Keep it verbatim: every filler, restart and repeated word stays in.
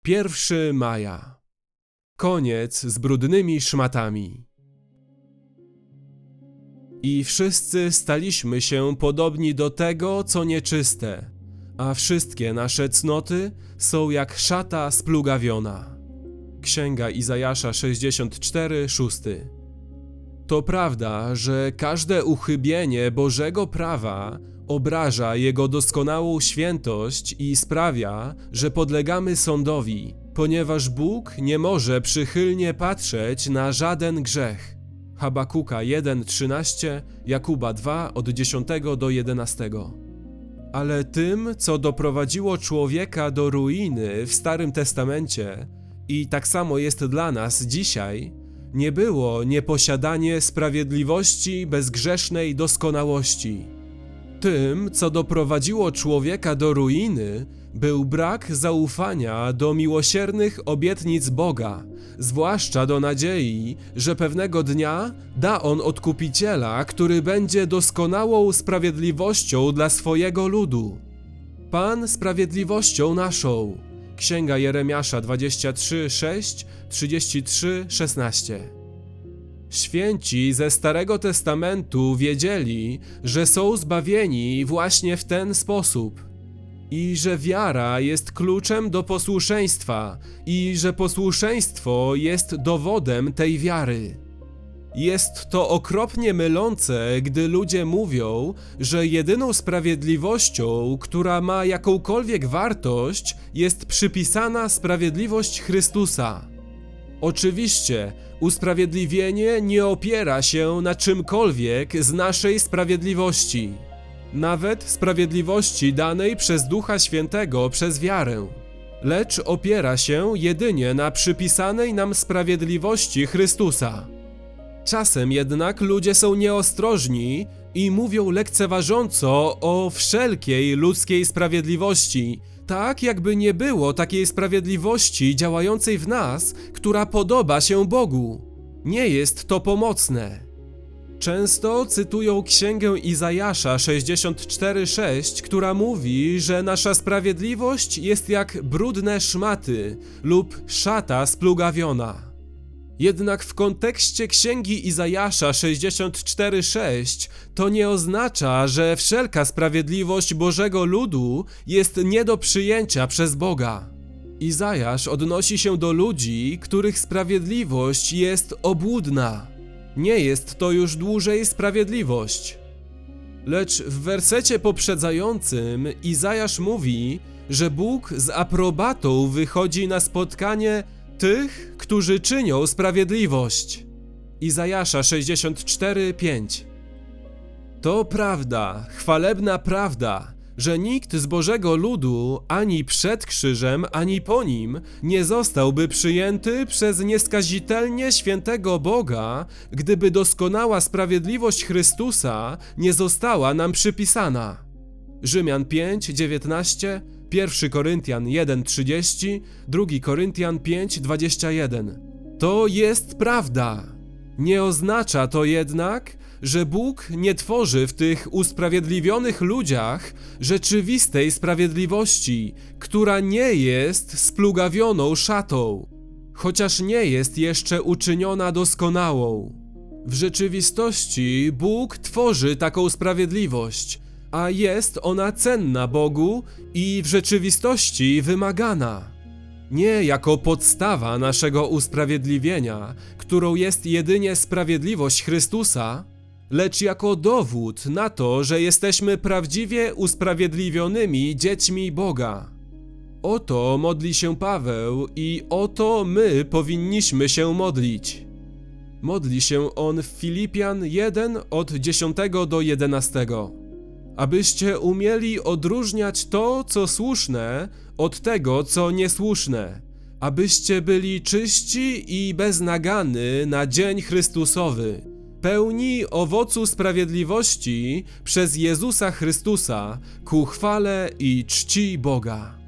pierwszego maja. Koniec z brudnymi szmatami. I wszyscy staliśmy się podobni do tego, co nieczyste, a wszystkie nasze cnoty są jak szata splugawiona. Księga Izajasza sześćdziesiąt cztery, szósty. To prawda, że każde uchybienie Bożego prawa obraża Jego doskonałą świętość i sprawia, że podlegamy sądowi, ponieważ Bóg nie może przychylnie patrzeć na żaden grzech. Habakuka jeden, trzynaście, Jakuba dwa, od dziesiątego do jedenastego. Ale tym, co doprowadziło człowieka do ruiny w Starym Testamencie i tak samo jest dla nas dzisiaj, nie było nieposiadanie sprawiedliwości bezgrzesznej doskonałości. Tym, co doprowadziło człowieka do ruiny, był brak zaufania do miłosiernych obietnic Boga, zwłaszcza do nadziei, że pewnego dnia da On Odkupiciela, który będzie doskonałą sprawiedliwością dla swojego ludu. Pan sprawiedliwością naszą. Księga Jeremiasza dwadzieścia trzy, sześć, trzydzieści trzy, szesnaście. Święci ze Starego Testamentu wiedzieli, że są zbawieni właśnie w ten sposób i że wiara jest kluczem do posłuszeństwa i że posłuszeństwo jest dowodem tej wiary. Jest to okropnie mylące, gdy ludzie mówią, że jedyną sprawiedliwością, która ma jakąkolwiek wartość, jest przypisana sprawiedliwość Chrystusa. Oczywiście, usprawiedliwienie nie opiera się na czymkolwiek z naszej sprawiedliwości, nawet sprawiedliwości danej przez Ducha Świętego przez wiarę, lecz opiera się jedynie na przypisanej nam sprawiedliwości Chrystusa. Czasem jednak ludzie są nieostrożni i mówią lekceważąco o wszelkiej ludzkiej sprawiedliwości, tak jakby nie było takiej sprawiedliwości działającej w nas, która podoba się Bogu. Nie jest to pomocne. Często cytują księgę Izajasza sześćdziesiąt cztery, sześć, która mówi, że nasza sprawiedliwość jest jak brudne szmaty lub szata splugawiona. Jednak w kontekście księgi Izajasza sześćdziesiąt cztery, sześć to nie oznacza, że wszelka sprawiedliwość Bożego ludu jest nie do przyjęcia przez Boga. Izajasz odnosi się do ludzi, których sprawiedliwość jest obłudna. Nie jest to już dłużej sprawiedliwość. Lecz w wersecie poprzedzającym Izajasz mówi, że Bóg z aprobatą wychodzi na spotkanie tych, którzy czynią sprawiedliwość. Izajasza sześćdziesiąt cztery, pięć. To prawda, chwalebna prawda, że nikt z Bożego ludu ani przed krzyżem, ani po nim nie zostałby przyjęty przez nieskazitelnie świętego Boga, gdyby doskonała sprawiedliwość Chrystusa nie została nam przypisana. Rzymian pięć, dziewiętnaście, pierwszy Koryntian jeden, trzydzieści, drugi Koryntian pięć, dwadzieścia jeden. To jest prawda. Nie oznacza to jednak, że Bóg nie tworzy w tych usprawiedliwionych ludziach rzeczywistej sprawiedliwości, która nie jest splugawioną szatą, chociaż nie jest jeszcze uczyniona doskonałą. W rzeczywistości Bóg tworzy taką sprawiedliwość, a jest ona cenna Bogu i w rzeczywistości wymagana. Nie jako podstawa naszego usprawiedliwienia, którą jest jedynie sprawiedliwość Chrystusa, lecz jako dowód na to, że jesteśmy prawdziwie usprawiedliwionymi dziećmi Boga. O to modli się Paweł i o to my powinniśmy się modlić. Modli się on w Filipian jeden od dziesiątego do jedenastego. Abyście umieli odróżniać to, co słuszne, od tego, co niesłuszne, abyście byli czyści i bez nagany na dzień Chrystusowy, pełni owocu sprawiedliwości przez Jezusa Chrystusa ku chwale i czci Boga.